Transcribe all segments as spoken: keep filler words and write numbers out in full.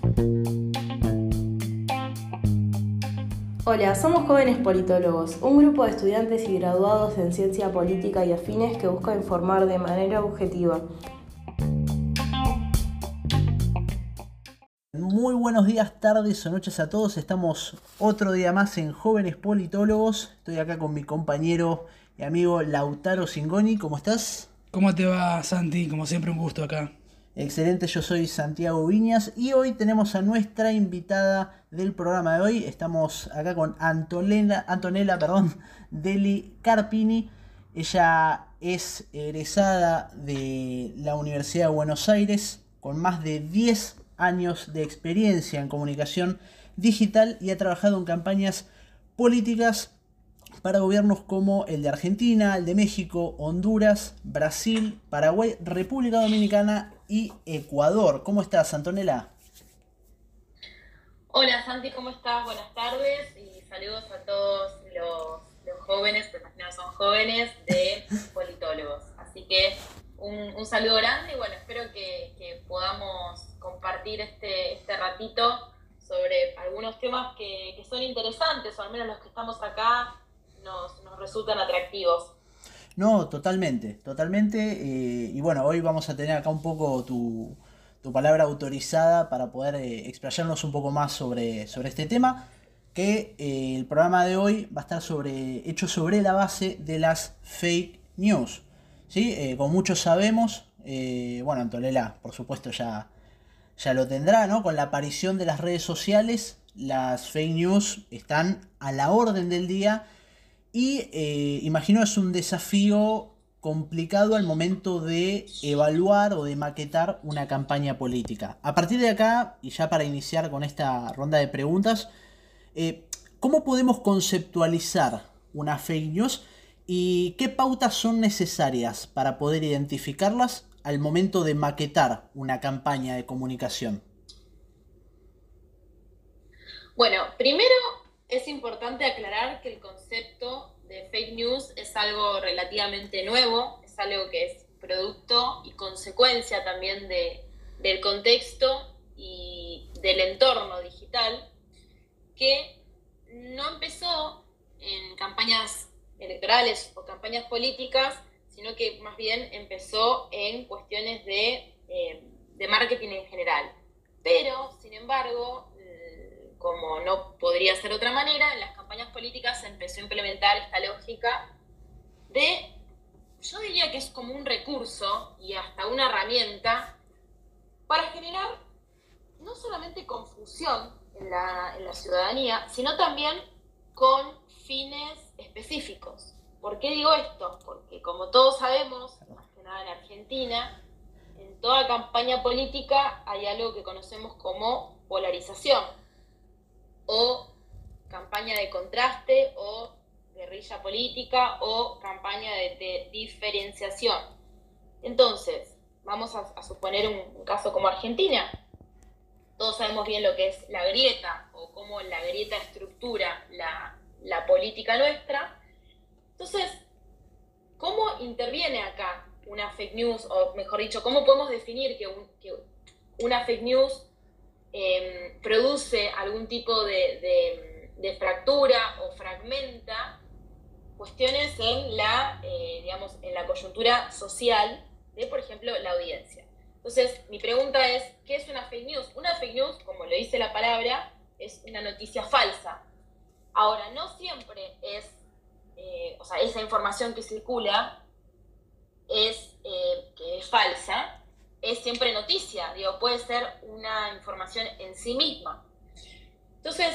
Hola, somos Jóvenes Politólogos, un grupo de estudiantes y graduados en ciencia política y afines que busca informar de manera objetiva. Muy buenos días, tardes o noches a todos. Estamos otro día más en Jóvenes Politólogos. Estoy acá con mi compañero y amigo Lautaro Cingoni. ¿Cómo estás? ¿Cómo te va, Santi? Como siempre, un gusto acá. Excelente, yo soy Santiago Viñas y hoy tenemos a nuestra invitada del programa de hoy. Estamos acá con Antonella, Antonella perdón, Deli Carpini. Ella es egresada de la Universidad de Buenos Aires con más de diez años de experiencia en comunicación digital y ha trabajado en campañas políticas para gobiernos como el de Argentina, el de México, Honduras, Brasil, Paraguay, República Dominicana y Ecuador. ¿Cómo estás, Antonella? Hola, Santi, ¿cómo estás? Buenas tardes y saludos a todos los, los jóvenes, que imagino que son jóvenes, de politólogos. Así que un, un saludo grande y bueno, espero que, que podamos compartir este, este ratito sobre algunos temas que, que son interesantes, o al menos los que estamos acá nos, nos resultan atractivos. No, totalmente, totalmente. Eh, y bueno, hoy vamos a tener acá un poco tu, tu palabra autorizada para poder eh, explayarnos un poco más sobre, sobre este tema. Que eh, el programa de hoy va a estar sobre, hecho sobre la base de las fake news. ¿Sí? Eh, como muchos sabemos, eh, bueno, Antonella, por supuesto, ya, ya lo tendrá, ¿no? Con la aparición de las redes sociales, las fake news están a la orden del día. Y eh, imagino es un desafío complicado al momento de evaluar o de maquetar una campaña política. A partir de acá, y ya para iniciar con esta ronda de preguntas, eh, ¿cómo podemos conceptualizar una fake news y qué pautas son necesarias para poder identificarlas al momento de maquetar una campaña de comunicación? Bueno, primero es importante aclarar que el concepto de fake news es algo relativamente nuevo, es algo que es producto y consecuencia también de, del contexto y del entorno digital, que no empezó en campañas electorales o campañas políticas, sino que más bien empezó en cuestiones de, eh, de marketing en general. Pero, sin embargo, como no podría ser de otra manera, en las campañas políticas se empezó a implementar esta lógica de, yo diría que es como un recurso y hasta una herramienta para generar no solamente confusión en la, en la ciudadanía, sino también con fines específicos. ¿Por qué digo esto? Porque como todos sabemos, más que nada en Argentina, en toda campaña política hay algo que conocemos como polarización, o campaña de contraste, o guerrilla política, o campaña de, de diferenciación. Entonces, vamos a, a suponer un, un caso como Argentina. Todos sabemos bien lo que es la grieta, o cómo la grieta estructura la, la política nuestra. Entonces, ¿cómo interviene acá una fake news? O mejor dicho, ¿cómo podemos definir que, un, que una fake news Eh, produce algún tipo de, de, de fractura o fragmenta cuestiones en la, eh, digamos, en la coyuntura social de, por ejemplo, la audiencia? Entonces, mi pregunta es, ¿qué es una fake news? Una fake news, como lo dice la palabra, es una noticia falsa. Ahora, no siempre es, eh, o sea, esa información que circula es, eh, que es falsa, es siempre noticia, digo, puede ser una información en sí misma. Entonces,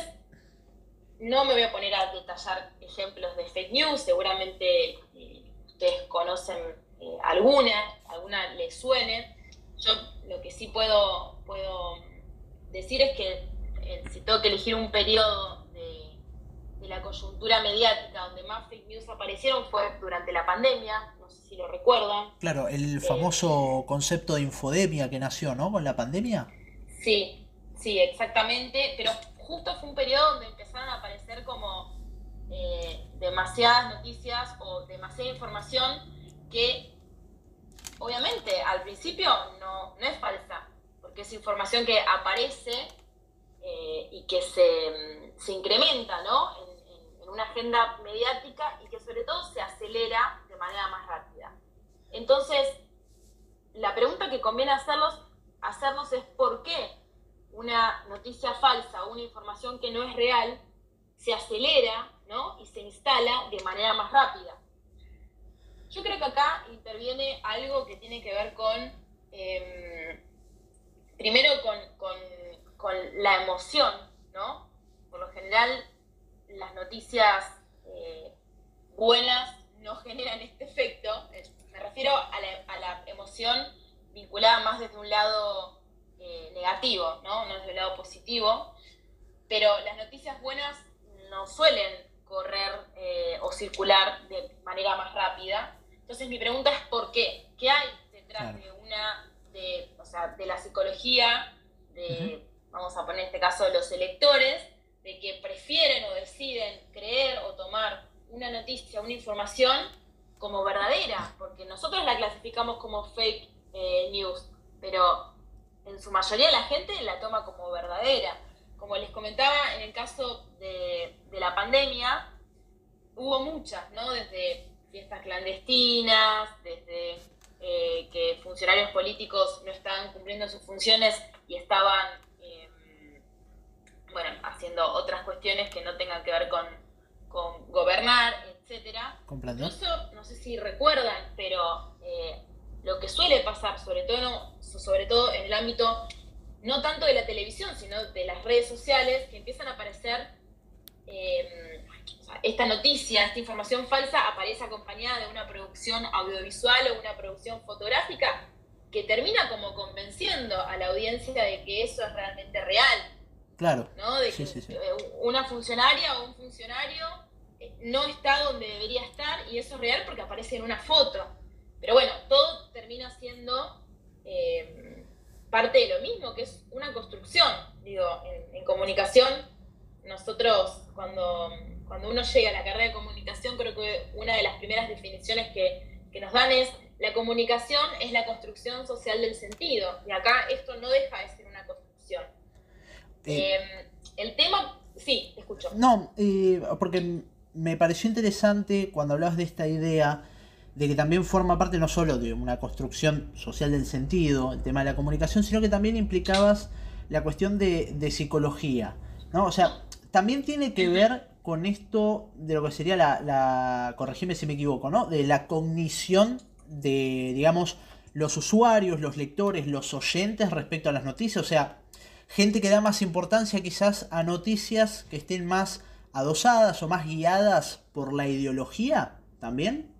no me voy a poner a detallar ejemplos de fake news, seguramente eh, ustedes conocen eh, alguna, alguna les suene. Yo lo que sí puedo, puedo decir es que eh, si tengo que elegir un periodo de, de la coyuntura mediática donde más fake news aparecieron fue durante la pandemia, no sé si lo recuerdan. Claro, el famoso Eh, concepto de infodemia que nació, ¿no? Con la pandemia. Sí, sí, exactamente, pero justo fue un periodo donde empezaron a aparecer como eh, demasiadas noticias o demasiada información que obviamente al principio no, no es falsa, porque es información que aparece y que se, se incrementa, ¿no? en, en, en una agenda mediática y que sobre todo se acelera de manera más rápida. Entonces, la pregunta que conviene hacerlos, hacernos es por qué una noticia falsa o una información que no es real se acelera, ¿no? Y se instala de manera más rápida. Yo creo que acá interviene algo que tiene que ver con, eh, primero con, con, con la emoción, ¿no? Por lo general, las noticias eh, buenas no generan este efecto. Me refiero a la, a la emoción vinculada más desde un lado eh, negativo, ¿no? No desde un lado positivo. Pero las noticias buenas no suelen correr eh, o circular de manera más rápida. Entonces mi pregunta es ¿por qué? ¿Qué hay detrás claro. de una, de, o sea, de la psicología, de, uh-huh. vamos a poner en este caso los electores, de que prefieren o deciden creer o tomar una noticia, una información como verdadera? Porque nosotros la clasificamos como fake eh, news, pero en su mayoría la gente la toma como verdadera. Como les comentaba, en el caso de, de la pandemia, hubo muchas, ¿no? Desde fiestas clandestinas, desde eh, que funcionarios políticos no estaban cumpliendo sus funciones y estaban, eh, bueno, haciendo otras cuestiones que no tengan que ver con, con gobernar, etcétera. Incluso, no sé si recuerdan, pero eh, lo que suele pasar, sobre todo, no, sobre todo en el ámbito no tanto de la televisión, sino de las redes sociales, que empiezan a aparecer eh, o sea, esta noticia, esta información falsa aparece acompañada de una producción audiovisual o una producción fotográfica que termina como convenciendo a la audiencia de que eso es realmente real. Claro. ¿No? De sí, que sí, sí. una funcionaria o un funcionario no está donde debería estar y eso es real porque aparece en una foto. Pero bueno, todo termina siendo eh, parte de lo mismo, que es una construcción. Digo, en, en comunicación, nosotros cuando, cuando uno llega a la carrera de comunicación, creo que una de las primeras definiciones que, que nos dan es la comunicación es la construcción social del sentido. Y acá esto no deja de ser una construcción. Eh, eh, el tema... Sí, te escucho. No, eh, porque me pareció interesante cuando hablabas de esta idea de que también forma parte no solo de una construcción social del sentido, el tema de la comunicación, sino que también implicabas la cuestión de, de psicología, ¿no? O sea, también tiene que ver con esto de lo que sería la, la, corregime si me equivoco, ¿no? De la cognición de, digamos, los usuarios, los lectores, los oyentes respecto a las noticias. O sea, gente que da más importancia quizás a noticias que estén más adosadas o más guiadas por la ideología, ¿también?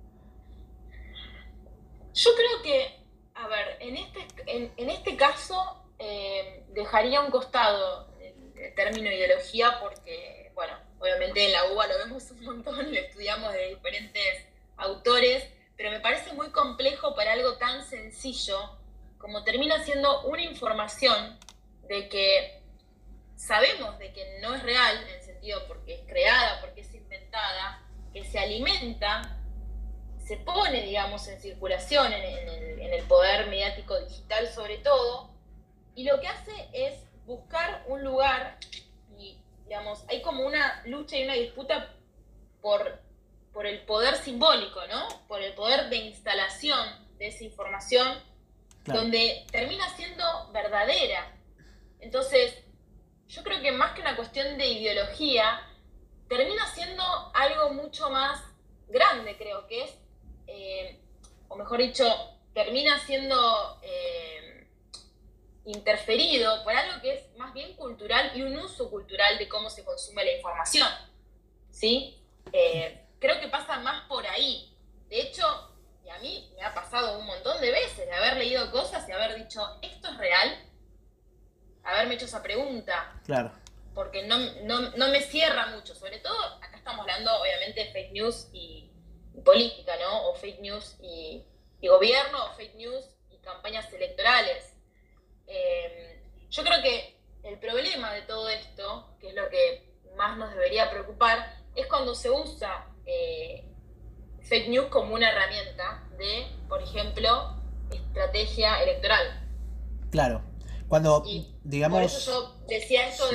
Yo creo que, a ver, en este, en, en este caso eh, dejaría a un costado el, el término ideología porque, bueno, obviamente en la U B A lo vemos un montón, lo estudiamos de diferentes autores, pero me parece muy complejo para algo tan sencillo como termina siendo una información de que sabemos de que no es real, en el sentido porque es creada, porque es inventada, que se alimenta, se pone, digamos, en circulación en, en, el, en el poder mediático digital sobre todo, y lo que hace es buscar un lugar, y digamos, hay como una lucha y una disputa por, por el poder simbólico, ¿no? Por el poder de instalación de esa información, claro, donde termina siendo verdadera. Entonces, yo creo que más que una cuestión de ideología, termina siendo algo mucho más grande, creo que es, eh, o mejor dicho, termina siendo eh, interferido por algo que es más bien cultural y un uso cultural de cómo se consume la información, ¿sí? Eh, creo que pasa más por ahí. De hecho, y a mí me ha pasado un montón de veces de haber leído cosas y haber dicho, ¿esto es real? Haberme hecho esa pregunta. Claro. Porque no, no, no me cierra mucho. Sobre todo, acá estamos hablando, obviamente, de fake news y, y política, ¿no? O fake news y, y gobierno, o fake news y campañas electorales. Eh, yo creo que el problema de todo esto, que es lo que más nos debería preocupar, es cuando se usa eh, fake news como una herramienta de, por ejemplo, estrategia electoral. Claro. Cuando, y digamos... por eso yo decía esto de,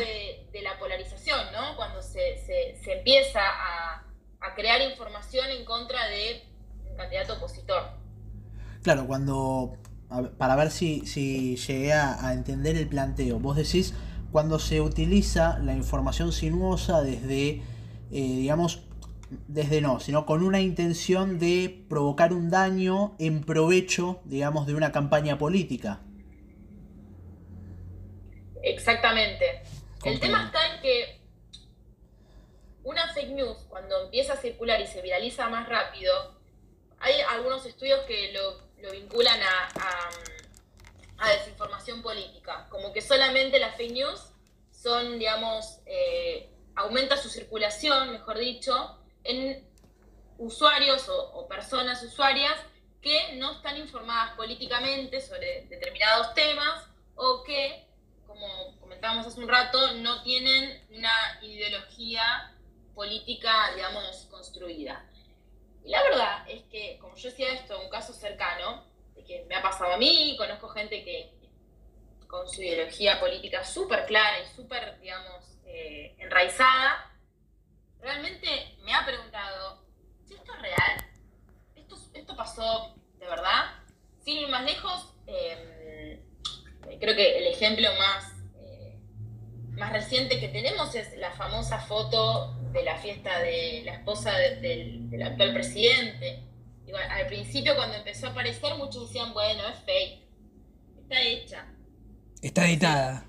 de, de la polarización, ¿no? Cuando se, se, se empieza a, a crear información en contra de un candidato opositor. Claro, cuando, a ver, para ver si, si llegué a, a entender el planteo, vos decís cuando se utiliza la información sinuosa desde, eh, digamos, desde no, sino con una intención de provocar un daño en provecho, digamos, de una campaña política. Exactamente. Comprendo. El tema está en que una fake news, cuando empieza a circular y se viraliza más rápido, hay algunos estudios que lo, lo vinculan a, a, a desinformación política, como que solamente las fake news son, digamos, eh, aumenta su circulación, mejor dicho, en usuarios o, o personas usuarias que no están informadas políticamente sobre determinados temas o que, como comentábamos hace un rato, no tienen una ideología política, digamos, construida. Y la verdad es que, como yo decía esto, un caso cercano, de que me ha pasado a mí, conozco gente que con su ideología política súper clara y súper, digamos, eh, enraizada, realmente me ha preguntado si esto es real, esto, esto pasó de verdad. Sin ir más lejos, eh, creo que el ejemplo más, eh, más reciente que tenemos es la famosa foto de la fiesta de la esposa de, de, del actual presidente. Y bueno, al principio, cuando empezó a aparecer, muchos decían, bueno, es fake, está hecha. Está editada.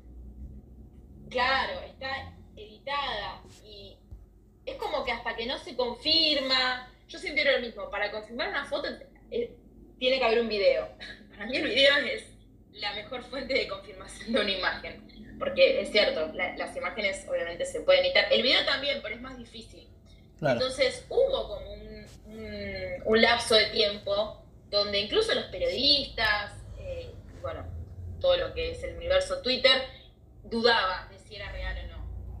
Claro, está editada y es como que hasta que no se confirma, yo siempre digo lo mismo, para confirmar una foto eh, tiene que haber un video. Para mí el video es la mejor fuente de confirmación de una imagen, porque es cierto, la, las imágenes obviamente se pueden editar, el video también, pero es más difícil. Claro. Entonces hubo como un, un, un lapso de tiempo donde incluso los periodistas, eh, bueno, todo lo que es el universo Twitter, dudaba de si era real o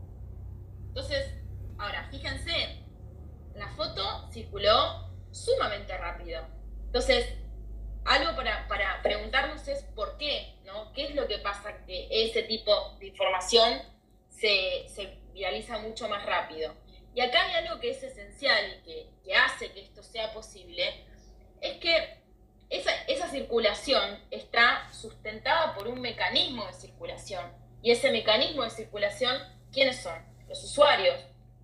no. Entonces, ahora, fíjense, la foto circuló sumamente rápido. Entonces, algo para, para preguntarnos es por qué, ¿no? ¿Qué es lo que pasa que ese tipo de información se, se viraliza mucho más rápido? Y acá hay algo que es esencial y que, que hace que esto sea posible, es que esa, esa circulación está sustentada por un mecanismo de circulación. Y ese mecanismo de circulación, ¿quiénes son? Los usuarios.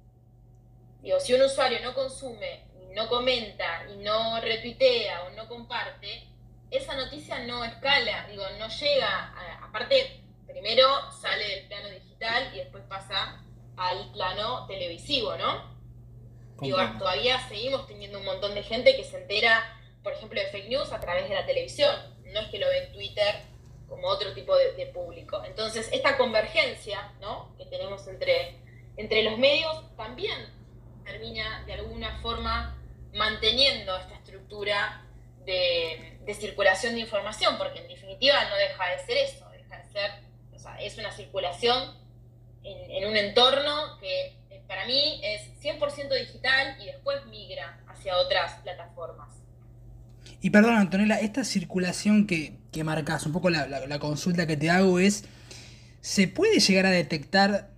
Digo, si un usuario no consume, no comenta, y no retuitea o no comparte, esa noticia no escala, digo, no llega, a, aparte, primero sale del plano digital y después pasa al plano televisivo, ¿no? Digo, todavía seguimos teniendo un montón de gente que se entera, por ejemplo, de fake news a través de la televisión, no es que lo ve en Twitter como otro tipo de, de público. Entonces, esta convergencia, ¿no?, que tenemos entre, entre los medios también termina de alguna forma manteniendo esta estructura de, de circulación de información, porque en definitiva no deja de ser eso, deja de ser, o sea, es una circulación en, en un entorno que para mí es cien por ciento digital y después migra hacia otras plataformas. Y perdón, Antonella, esta circulación que, que marcas, un poco la, la, la consulta que te hago es, ¿se puede llegar a detectar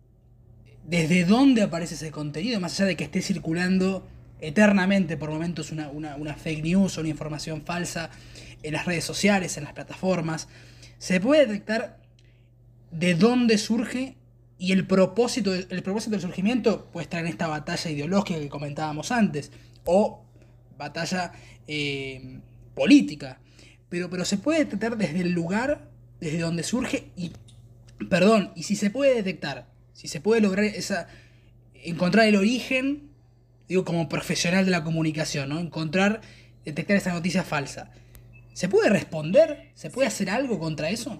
desde dónde aparece ese contenido? Más allá de que esté circulando eternamente por momentos una, una, una fake news o una información falsa en las redes sociales, en las plataformas, ¿se puede detectar de dónde surge y el propósito, el propósito del surgimiento puede estar en esta batalla ideológica que comentábamos antes, o batalla eh, política, pero, pero se puede detectar desde el lugar, desde donde surge, y perdón, y si se puede detectar, si se puede lograr esa, encontrar el origen, digo, como profesional de la comunicación, ¿no? Encontrar, detectar esa noticia falsa. ¿Se puede responder? ¿Se puede hacer algo contra eso?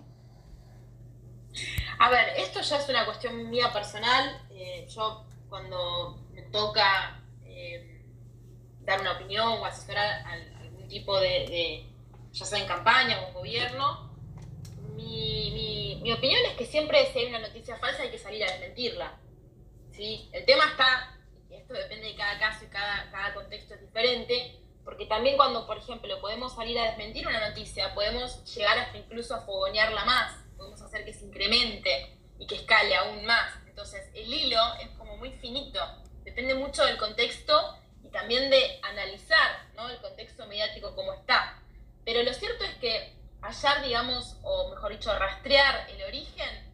A ver, esto ya es una cuestión mía personal. Eh, yo cuando me toca eh, dar una opinión o asesorar a algún tipo de, de, ya sea en campaña o en gobierno, mi, mi, mi opinión es que siempre si hay una noticia falsa hay que salir a desmentirla, ¿sí? El tema está, y esto depende de cada caso y cada, cada contexto es diferente, porque también cuando, por ejemplo, podemos salir a desmentir una noticia, podemos llegar hasta incluso a fogonearla más, podemos hacer que se incremente y que escale aún más. Entonces, el hilo es como muy finito, depende mucho del contexto y también de analizar, ¿no?, el contexto mediático como está. Pero lo cierto es que hallar, digamos, o mejor dicho, rastrear el origen,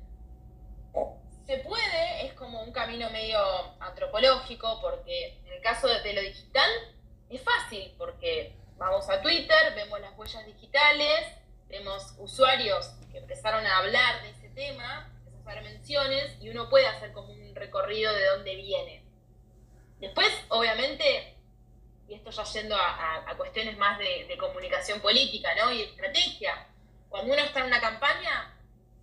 se puede, es como un camino medio antropológico, porque en el caso de, de lo digital es fácil, porque vamos a Twitter, vemos las huellas digitales, vemos usuarios que empezaron a hablar de ese tema, empezaron a hacer menciones, y uno puede hacer como un recorrido de dónde viene. Después, obviamente, y esto ya yendo a, a, a cuestiones más de, de comunicación política, ¿no?, y estrategia, cuando uno está en una campaña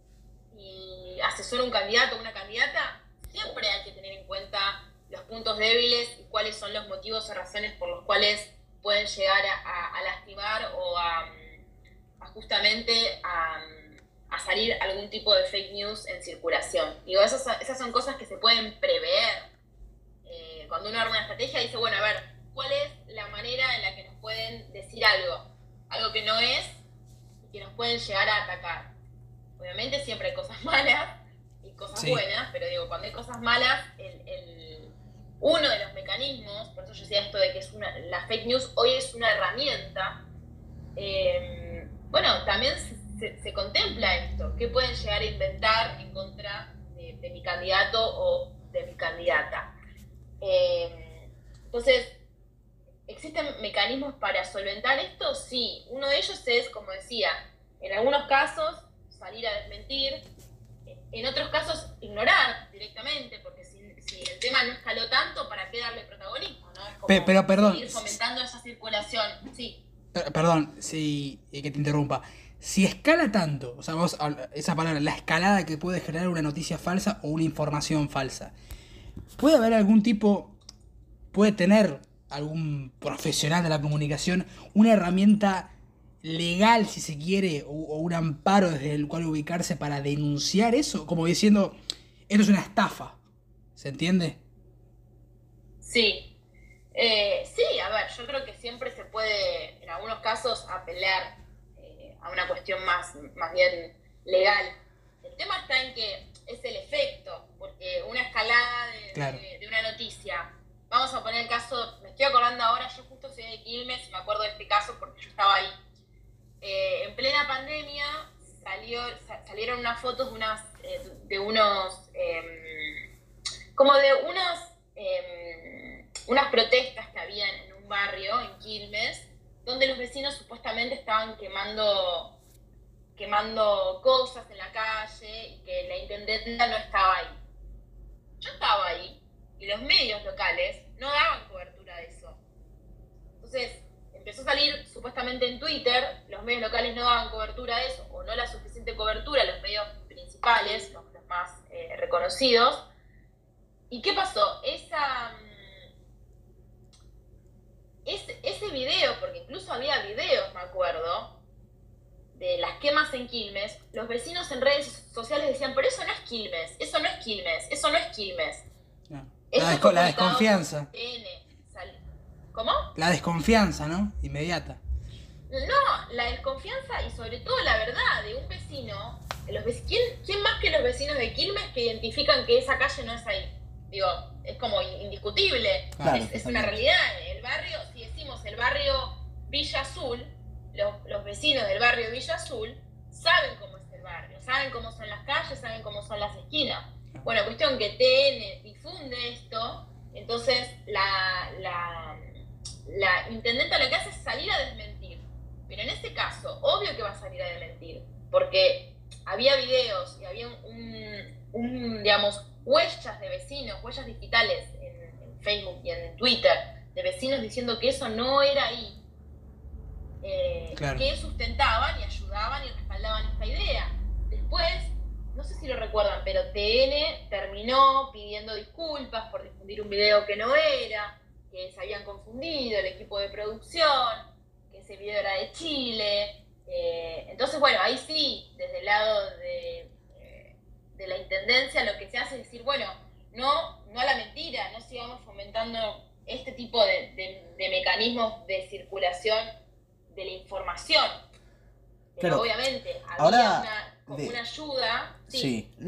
y asesora un candidato o una candidata, siempre hay que tener en cuenta los puntos débiles y cuáles son los motivos o razones por los cuales pueden llegar a, a, a lastimar o a, a justamente a, a salir algún tipo de fake news en circulación. Digo, esas, esas son cosas que se pueden prever. Eh, cuando uno arma una estrategia dice, bueno, a ver, ¿cuál es la manera en la que nos pueden decir algo? Algo que no es y que nos pueden llegar a atacar. Obviamente siempre hay cosas malas y cosas sí. buenas, pero digo, cuando hay cosas malas, el, el, uno de los mecanismos, por eso yo decía esto de que es una, la fake news hoy es una herramienta, eh, bueno, también se, se contempla esto, qué pueden llegar a inventar en contra de, de mi candidato o de mi candidata. Eh, entonces, ¿existen mecanismos para solventar esto? Sí, uno de ellos es, como decía, en algunos casos salir a desmentir, en otros casos ignorar directamente, porque si, si el tema no escaló tanto, ¿para qué darle protagonismo? ¿No? Es como Pero, pero perdón. seguir fomentando esa circulación. Sí. Perdón, si, que te interrumpa. Si escala tanto, o sea, vos, esa palabra, la escalada que puede generar una noticia falsa o una información falsa, ¿puede haber algún tipo, puede tener algún profesional de la comunicación una herramienta legal, si se quiere, o, o un amparo desde el cual ubicarse para denunciar eso? Como diciendo, esto es una estafa, ¿se entiende? Sí. Eh, sí, a ver, yo creo que siempre se puede, en algunos casos, apelar eh, a una cuestión más, más bien legal. El tema está en que es el efecto, porque una escalada de, claro. de, de una noticia, vamos a poner el caso, me estoy acordando ahora, yo justo soy de Quilmes y me acuerdo de este caso porque yo estaba ahí. Eh, en plena pandemia salió, salieron unas fotos de, unas, eh, de unos, eh, como de unos, eh, unas protestas que habían en un barrio, en Quilmes, donde los vecinos supuestamente estaban quemando, quemando cosas en la calle y que la intendenta no estaba ahí. Yo estaba ahí y los medios locales no daban cobertura de eso. Entonces, empezó a salir supuestamente en Twitter, los medios locales no daban cobertura de eso, o no la suficiente cobertura, los medios principales, los, los más eh, reconocidos. ¿Y qué pasó? Esa, ese, ese video, porque incluso había videos, me acuerdo, de las quemas en Quilmes, los vecinos en redes sociales decían, pero eso no es Quilmes, eso no es Quilmes, eso no es Quilmes. No. La, desco la desconfianza. ¿Cómo? La desconfianza, ¿no? Inmediata. No, la desconfianza y sobre todo la verdad de un vecino. Los vec ¿quién, ¿Quién más que los vecinos de Quilmes que identifican que esa calle no es ahí? Digo, es como indiscutible. Claro, es, es una realidad. El barrio, si decimos el barrio Villa Azul, los, los vecinos del barrio Villa Azul saben cómo es el barrio, saben cómo son las calles, saben cómo son las esquinas. Bueno, cuestión que T N difunde esto, entonces la... la la intendenta lo que hace es salir a desmentir. Pero en este caso, obvio que va a salir a desmentir, porque había videos y había un, un digamos, huellas de vecinos, huellas digitales en, en Facebook y en Twitter, de vecinos diciendo que eso no era ahí, eh, claro. que sustentaban y ayudaban y respaldaban esta idea. Después, no sé si lo recuerdan, pero T N terminó pidiendo disculpas por difundir un video que no era, que se habían confundido el equipo de producción, que ese video era de Chile. Eh, entonces, bueno, ahí sí, desde el lado de, eh, de la intendencia, lo que se hace es decir, bueno, no, no a la mentira, no sigamos fomentando este tipo de, de, de mecanismos de circulación de la información. Pero claro, obviamente, había ahora una, como de, una ayuda. Sí. sí, no,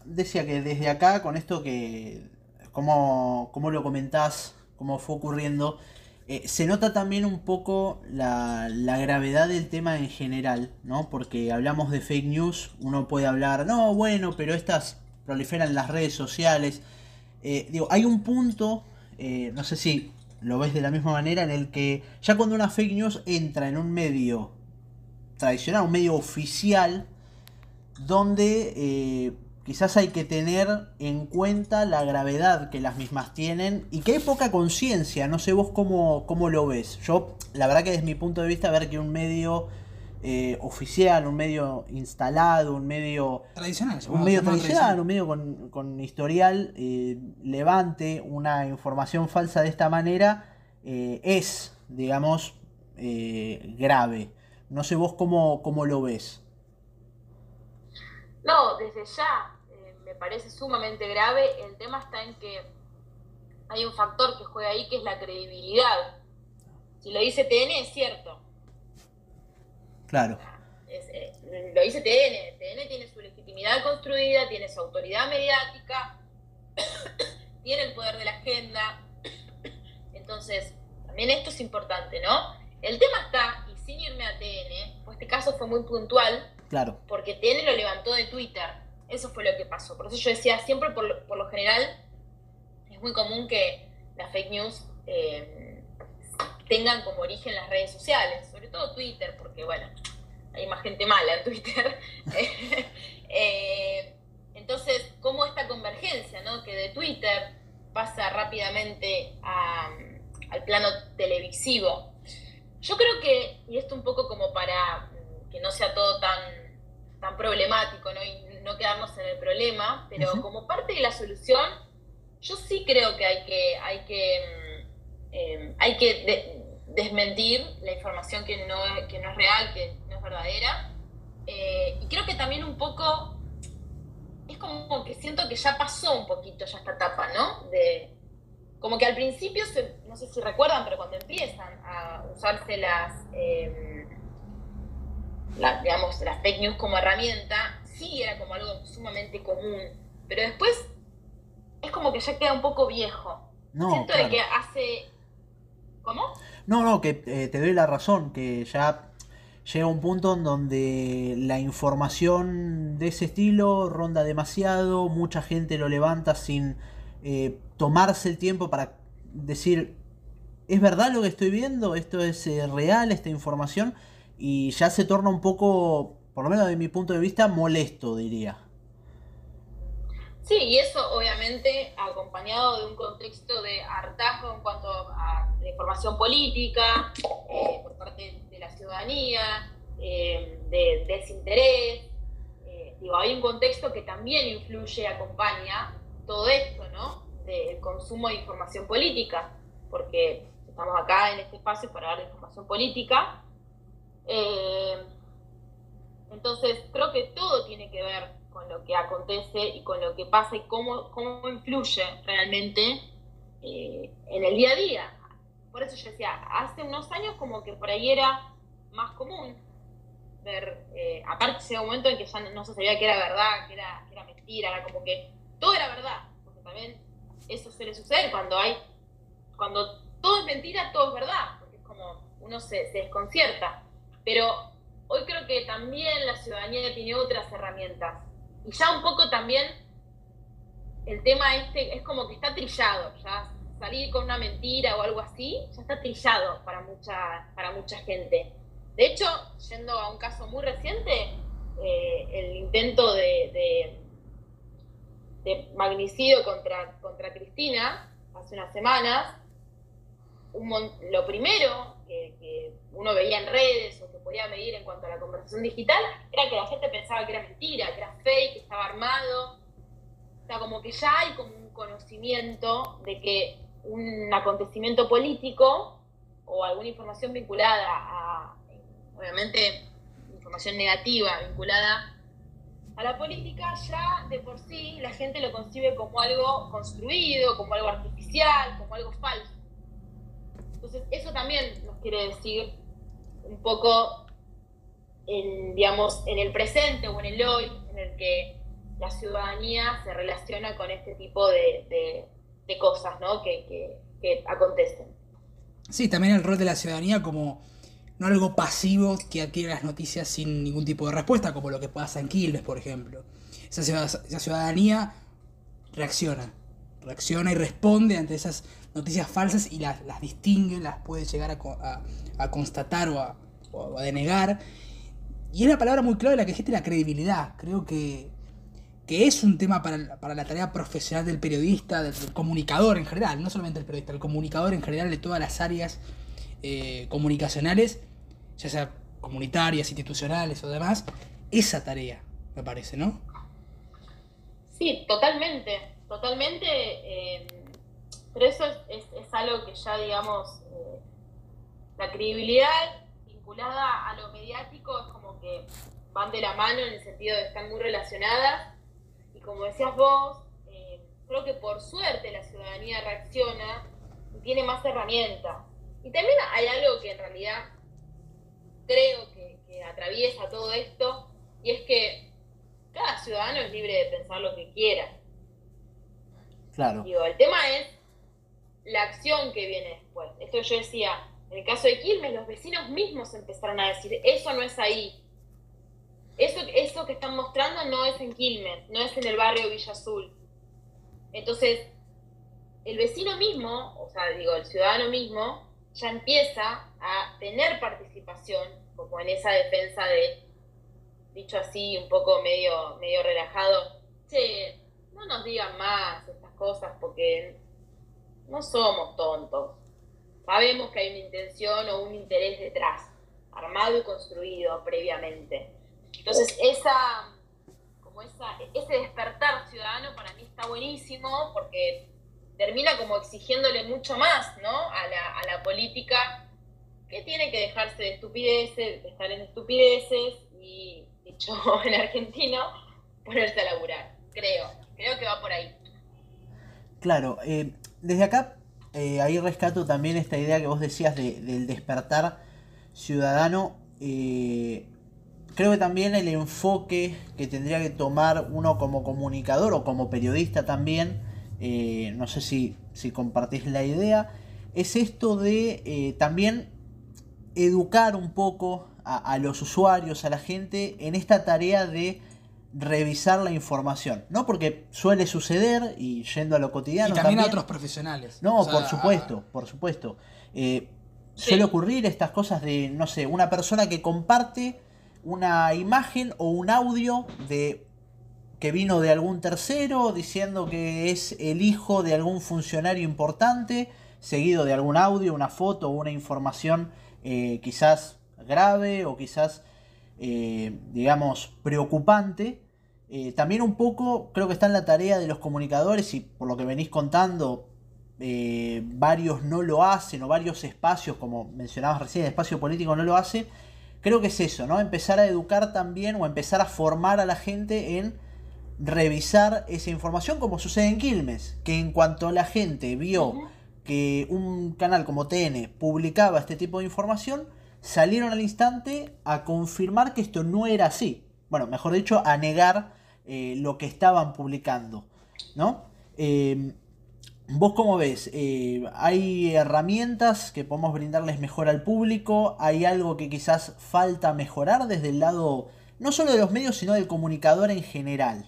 decía que desde acá, con esto que, como, como lo comentás, cómo fue ocurriendo, eh, se nota también un poco la, la gravedad del tema en general, ¿no? Porque hablamos de fake news, uno puede hablar, no, bueno, pero estas proliferan en las redes sociales. Eh, digo, hay un punto, eh, no sé si lo ves de la misma manera, en el que ya cuando una fake news entra en un medio tradicional, un medio oficial, donde eh, quizás hay que tener en cuenta la gravedad que las mismas tienen y que hay poca conciencia. No sé vos cómo, cómo lo ves. Yo, la verdad que desde mi punto de vista, ver que un medio eh, oficial, un medio instalado, un medio tradicional, un medio tradicional, un medio con, con historial, eh, levante una información falsa de esta manera, eh, es, digamos, eh, grave. No sé vos cómo, cómo lo ves. No, desde ya eh, me parece sumamente grave. El tema está en que hay un factor que juega ahí, que es la credibilidad. Si lo dice T N, es cierto. Claro. Es, eh, lo dice T N. T N tiene su legitimidad construida, tiene su autoridad mediática, tiene el poder de la agenda. Entonces, también esto es importante, ¿no? El tema está, y sin irme a T N, pues este caso fue muy puntual, claro, porque T N lo levantó de Twitter. Eso fue lo que pasó. Por eso yo decía, siempre por lo, por lo general, es muy común que las fake news eh, tengan como origen las redes sociales, sobre todo Twitter, porque bueno, hay más gente mala en Twitter. eh, entonces, ¿cómo esta convergencia, ¿no? Que de Twitter pasa rápidamente a, al plano televisivo? Yo creo que, y esto un poco como para que no sea todo tan, tan problemático, ¿no? Y no quedarnos en el problema, pero uh-huh. como parte de la solución, yo sí creo que hay que, hay que, eh, hay que de, desmentir la información que no, que no es real, que no es verdadera. Eh, y creo que también un poco, es como que siento que ya pasó un poquito ya esta etapa, ¿no? De, como que al principio, se, no sé si recuerdan, pero cuando empiezan a usarse las, eh, la, digamos, las fake news como herramienta, sí era como algo sumamente común, pero después es como que ya queda un poco viejo. No, siento claro. de que hace... ¿Cómo? No, no, que eh, te doy la razón, que ya llega un punto en donde la información de ese estilo ronda demasiado, mucha gente lo levanta sin eh, tomarse el tiempo para decir, ¿es verdad lo que estoy viendo? ¿Esto es eh, real, esta información? Y ya se torna un poco, por lo menos de mi punto de vista, molesto, diría. Sí, y eso obviamente acompañado de un contexto de hartazgo en cuanto a la información política, eh, por parte de la ciudadanía, eh, de desinterés. Eh, digo, hay un contexto que también influye, acompaña todo esto, ¿no? Del consumo de información política, porque estamos acá en este espacio para dar información política. Eh, entonces, creo que todo tiene que ver con lo que acontece y con lo que pasa y cómo, cómo influye realmente eh, en el día a día. Por eso yo decía, hace unos años como que por ahí era más común ver, eh, aparte llega un momento en que ya no, no se sabía que era verdad, que era, que era mentira, era como que todo era verdad, porque también eso suele suceder cuando hay, cuando todo es mentira, todo es verdad, porque es como uno se, se desconcierta. Pero hoy creo que también la ciudadanía tiene otras herramientas. Y ya un poco también el tema este es como que está trillado, ya salir con una mentira o algo así, ya está trillado para mucha, para mucha gente. De hecho, yendo a un caso muy reciente, eh, el intento de, de, de magnicidio contra, contra Cristina, hace unas semanas, un mon- lo primero que, que uno veía en redes o que podía medir en cuanto a la conversación digital era que la gente pensaba que era mentira, que era fake, que estaba armado. O sea, como que ya hay como un conocimiento de que un acontecimiento político o alguna información vinculada a, obviamente, información negativa vinculada a la política, ya de por sí la gente lo concibe como algo construido, como algo artificial, como algo falso. Entonces, eso también nos quiere decir un poco, en, digamos, en el presente o en el hoy, en el que la ciudadanía se relaciona con este tipo de, de, de cosas, ¿no? que, que, que acontecen. Sí, también el rol de la ciudadanía como no algo pasivo que adquiere las noticias sin ningún tipo de respuesta, como lo que pasa en Quilmes, por ejemplo. Esa, esa ciudadanía reacciona, reacciona y responde ante esas noticias falsas y las, las distingue, las puede llegar a, a, a constatar o a, o a denegar. Y es la palabra muy clave la que dijiste, la credibilidad. Creo que, que es un tema para, para la tarea profesional del periodista, del, del comunicador en general, no solamente el periodista, el comunicador en general de todas las áreas eh, comunicacionales, ya sea comunitarias, institucionales o demás, esa tarea, me parece, ¿no? Sí, totalmente, totalmente, eh, pero eso es, es, es algo que ya, digamos, eh, la credibilidad vinculada a lo mediático es como que van de la mano en el sentido de que están muy relacionadas, y como decías vos, eh, creo que por suerte la ciudadanía reacciona y tiene más herramientas. Y también hay algo que en realidad creo que, que atraviesa todo esto, y es que cada ciudadano es libre de pensar lo que quiera. Claro. Digo, el tema es la acción que viene después. Esto yo decía, en el caso de Quilmes, los vecinos mismos empezaron a decir, eso no es ahí. Eso, eso que están mostrando no es en Quilmes, no es en el barrio Villa Azul. Entonces, el vecino mismo, o sea, digo, el ciudadano mismo, ya empieza a tener participación, como en esa defensa de, dicho así, un poco medio, medio relajado, che, no nos digan más estas cosas porque no somos tontos. Sabemos que hay una intención o un interés detrás, armado y construido previamente. Entonces, esa, como esa, ese despertar ciudadano para mí está buenísimo porque termina como exigiéndole mucho más, ¿no? a, la, a la política, que tiene que dejarse de estupideces, de estar en estupideces y, dicho en argentino, ponerse a laburar. Creo, creo que va por ahí. Claro, eh, desde acá eh, ahí rescato también esta idea que vos decías de, del despertar ciudadano. Eh, creo que también el enfoque que tendría que tomar uno como comunicador o como periodista también, eh, no sé si, si compartís la idea, es esto de eh, también educar un poco a, a los usuarios, a la gente, en esta tarea de revisar la información, ¿no? Porque suele suceder, y yendo a lo cotidiano y también, también a otros profesionales. No, o sea, por supuesto, a... por supuesto. Eh, Sí. Suele ocurrir estas cosas de, no sé, una persona que comparte una imagen o un audio de que vino de algún tercero diciendo que es el hijo de algún funcionario importante, seguido de algún audio, una foto o una información eh, quizás grave o quizás, eh, digamos, preocupante. Eh, también un poco creo que está en la tarea de los comunicadores, y por lo que venís contando, eh, varios no lo hacen, o varios espacios, como mencionabas recién, el espacio político no lo hace. Creo que es eso, ¿no? Empezar a educar también, o empezar a formar a la gente en revisar esa información, como sucede en Quilmes, que en cuanto la gente vio Uh-huh. que un canal como T N publicaba este tipo de información, salieron al instante a confirmar que esto no era así. Bueno, mejor dicho, a negar eh, lo que estaban publicando, ¿no? Eh, ¿Vos cómo ves? Eh, ¿Hay herramientas que podemos brindarles mejor al público? ¿Hay algo que quizás falta mejorar desde el lado, no solo de los medios, sino del comunicador en general?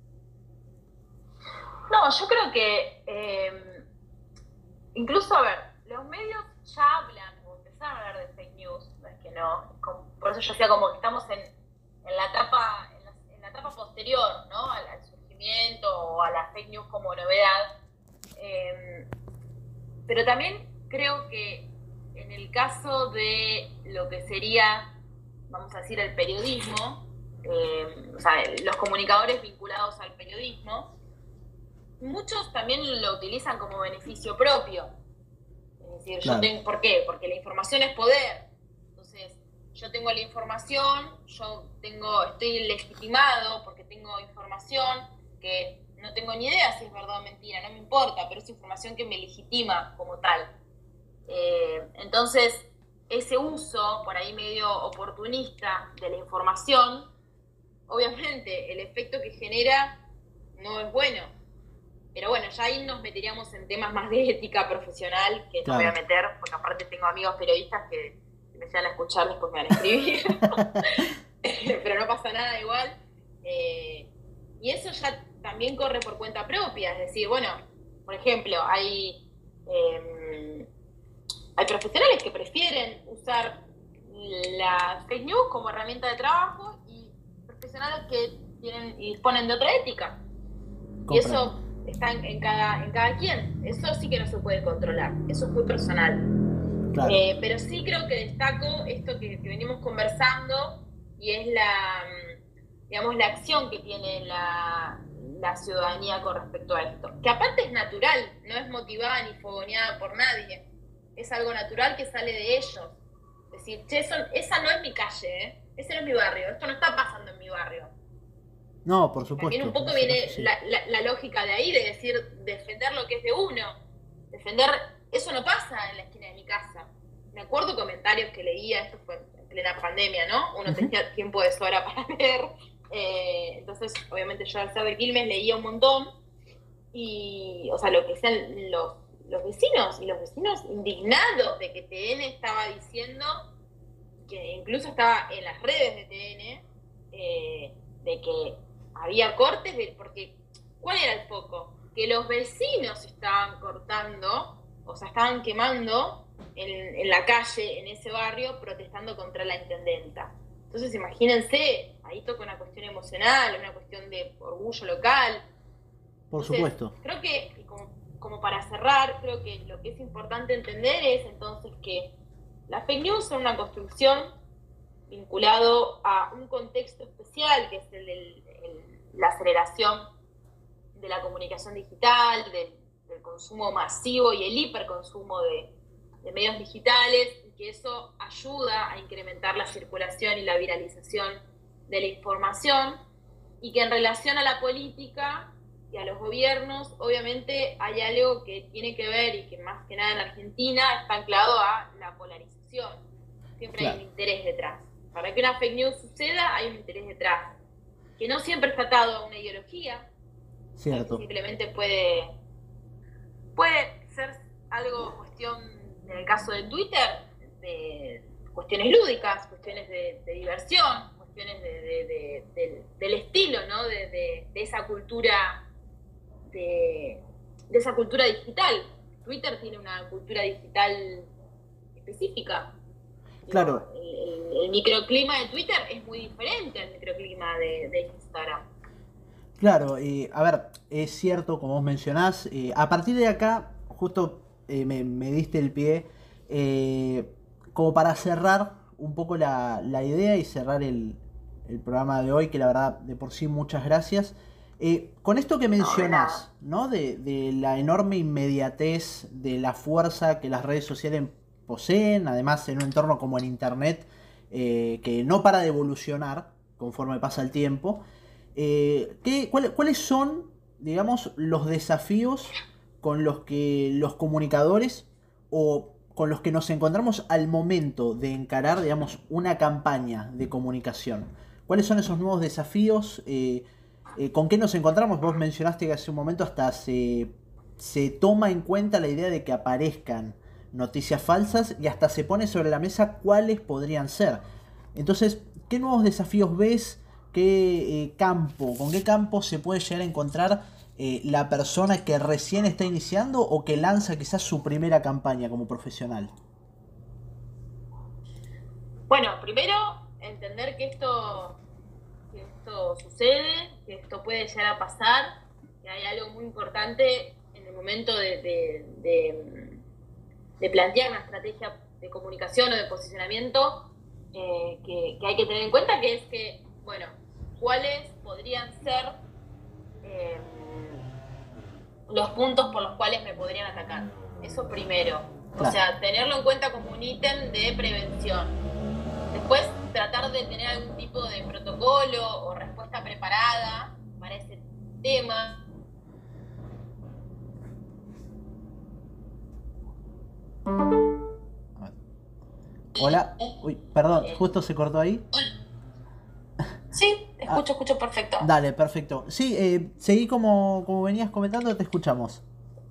No, yo creo que eh, incluso, a ver, los medios ya hablan o empezaron a hablar de fake news, no es que no, como, por eso yo decía como que estamos en, en la etapa en la, en la etapa posterior, ¿no? Al, al surgimiento o a la fake news como novedad. Eh, pero también creo que en el caso de lo que sería, vamos a decir, el periodismo, eh, o sea, los comunicadores vinculados al periodismo, muchos también lo utilizan como beneficio propio. Es decir, Claro. yo tengo, ¿por qué? Porque la información es poder. Entonces, yo tengo la información, yo tengo, estoy legitimado porque tengo información que no tengo ni idea si es verdad o mentira, no me importa, pero es información que me legitima como tal. Eh, entonces, ese uso por ahí medio oportunista de la información, obviamente el efecto que genera no es bueno. Pero bueno, ya ahí nos meteríamos en temas más de ética profesional, que Claro. no voy a meter, porque aparte tengo amigos periodistas que si me llegan a escuchar después me van a escribir. Pero no pasa nada igual. Eh, y eso ya también corre por cuenta propia, es decir, bueno, por ejemplo, hay, eh, hay profesionales que prefieren usar la fake news como herramienta de trabajo y profesionales que tienen y disponen de otra ética. Comprendo. Y eso está en, en, cada, en cada quien. Eso sí que no se puede controlar. Eso es muy personal. Claro. Eh, pero sí creo que destaco esto que, que venimos conversando y es la, digamos, la acción que tiene la, la ciudadanía con respecto a esto. Que aparte es natural, no es motivada ni fogoneada por nadie. Es algo natural que sale de ellos. Es decir, che, eso, esa no es mi calle, ¿eh? Ese no es mi barrio, esto no está pasando en mi barrio. No, por supuesto. También un poco por supuesto, viene sí. la, la, la lógica de ahí, de decir, defender lo que es de uno. Defender, eso no pasa en la esquina de mi casa. Me acuerdo comentarios que leía, esto fue en plena pandemia, ¿no? Uno Ujú. tenía tiempo de sobra para leer. Eh, entonces, obviamente yo al ser de Quilmes leía un montón. Y, o sea, lo que sean los, los vecinos, y los vecinos indignados de que T N estaba diciendo, que incluso estaba en las redes de T N, eh, de que había cortes, de, porque ¿cuál era el foco? Que los vecinos estaban cortando, o sea, estaban quemando en, en la calle, en ese barrio, protestando contra la intendenta. Entonces, imagínense, ahí toca una cuestión emocional, una cuestión de orgullo local. Por Entonces, supuesto. creo que, como, como para cerrar, creo que lo que es importante entender es entonces que las fake news son una construcción vinculado a un contexto especial, que es el de la aceleración de la comunicación digital, del, del consumo masivo y el hiperconsumo de, de medios digitales, y que eso ayuda a incrementar la circulación y la viralización de la información, y que en relación a la política y a los gobiernos, obviamente hay algo que tiene que ver, y que más que nada en Argentina está anclado a la polarización. Siempre Claro. hay un interés detrás. Para que una fake news suceda, hay un interés detrás, que no siempre está atado a una ideología, Cierto. simplemente puede, puede ser algo, cuestión, en el caso de Twitter, de cuestiones lúdicas, cuestiones de, de diversión, cuestiones de, de, de, de, del estilo, ¿no? de, de, de esa cultura de, de esa cultura digital. Twitter tiene una cultura digital específica. Claro. El, el, el microclima de Twitter es muy diferente al microclima de, de Instagram. Claro, eh, a ver, es cierto, como vos mencionás, eh, a partir de acá, justo eh, me, me diste el pie, eh, como para cerrar un poco la, la idea y cerrar el, el programa de hoy, que la verdad, de por sí, muchas gracias. Eh, con esto que mencionás, ¿no? De, de la enorme inmediatez, de la fuerza que las redes sociales poseen, además en un entorno como en Internet, eh, que no para de evolucionar conforme pasa el tiempo. Eh, ¿qué, cuál, ¿Cuáles son, digamos, los desafíos con los que los comunicadores o con los que nos encontramos al momento de encarar, digamos, una campaña de comunicación? ¿Cuáles son esos nuevos desafíos? Eh, eh, ¿Con qué nos encontramos? Vos mencionaste que hace un momento hasta se, se toma en cuenta la idea de que aparezcan noticias falsas y hasta se pone sobre la mesa cuáles podrían ser. Entonces, ¿qué nuevos desafíos ves? ¿Qué eh, campo, con qué campo se puede llegar a encontrar eh, la persona que recién está iniciando o que lanza quizás su primera campaña como profesional? Bueno, primero entender que esto, que esto sucede, que esto puede llegar a pasar, que hay algo muy importante en el momento de, de, de, de plantear una estrategia de comunicación o de posicionamiento, eh, que, que hay que tener en cuenta, que es que, bueno, cuáles podrían ser eh, los puntos por los cuales me podrían atacar. Eso primero. Claro. O sea, tenerlo en cuenta como un ítem de prevención. Después, tratar de tener algún tipo de protocolo o respuesta preparada para ese tema. Hola. Uy, perdón, justo se cortó ahí. Sí, ¿te Ahí escucho, escucho perfecto. Dale, perfecto. Sí, eh, seguí como, como venías comentando, te escuchamos.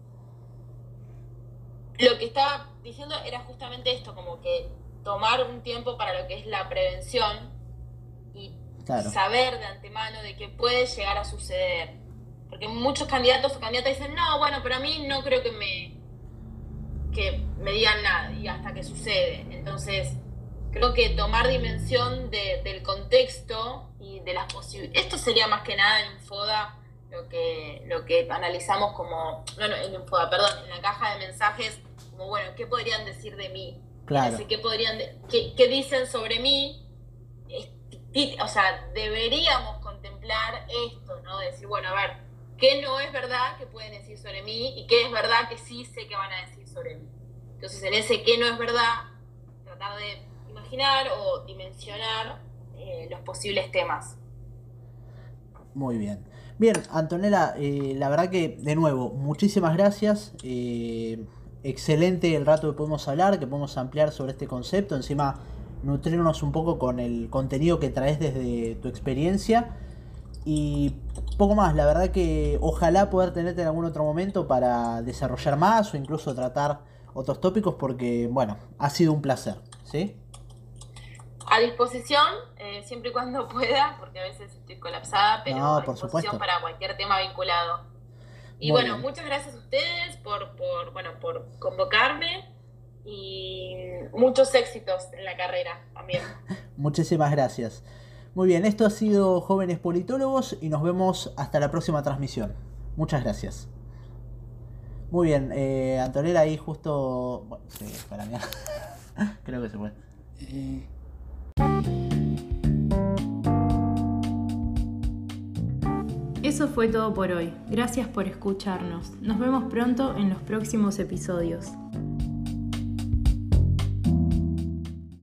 Lo que estaba diciendo era justamente esto, como que tomar un tiempo para lo que es la prevención y Claro. saber de antemano de que puede llegar a suceder. Porque muchos candidatos o candidatas dicen, no, bueno, pero a mí no creo que me, que me digan nada, y hasta que sucede. Entonces, creo que tomar dimensión de, del contexto y de las posibilidades. Esto sería más que nada en Infoda lo que, lo que analizamos como, no, no, en Infoda, perdón, en la caja de mensajes, como, bueno, ¿qué podrían decir de mí? Claro. ¿Qué, podrían de, qué, qué dicen sobre mí? O sea, deberíamos contemplar esto, ¿no? Decir, bueno, a ver, ¿qué no es verdad que pueden decir sobre mí y qué es verdad que sí sé que van a decir sobre mí? Entonces, en ese qué no es verdad, tratar de imaginar o dimensionar eh, los posibles temas. Muy bien. Bien, Antonella, eh, la verdad que, de nuevo, muchísimas gracias. Eh, excelente el rato que podemos hablar, que podemos ampliar sobre este concepto. Encima, nutrirnos un poco con el contenido que traes desde tu experiencia. Y poco más, la verdad que ojalá poder tenerte en algún otro momento para desarrollar más o incluso tratar otros tópicos, porque, bueno, ha sido un placer, ¿sí? A disposición, eh, siempre y cuando pueda, porque a veces estoy colapsada, pero No, a por disposición supuesto. para cualquier tema vinculado. Y Muy bueno, bien. muchas gracias a ustedes por, por, bueno, por convocarme y muchos éxitos en la carrera también. Muchísimas gracias. Muy bien, esto ha sido Jóvenes Politólogos y nos vemos hasta la próxima transmisión. Muchas gracias. Muy bien, eh, Antonella ahí justo... Bueno, sí, para mí. Creo que se fue. Eh, Eso fue todo por hoy. Gracias por escucharnos. Nos vemos pronto en los próximos episodios.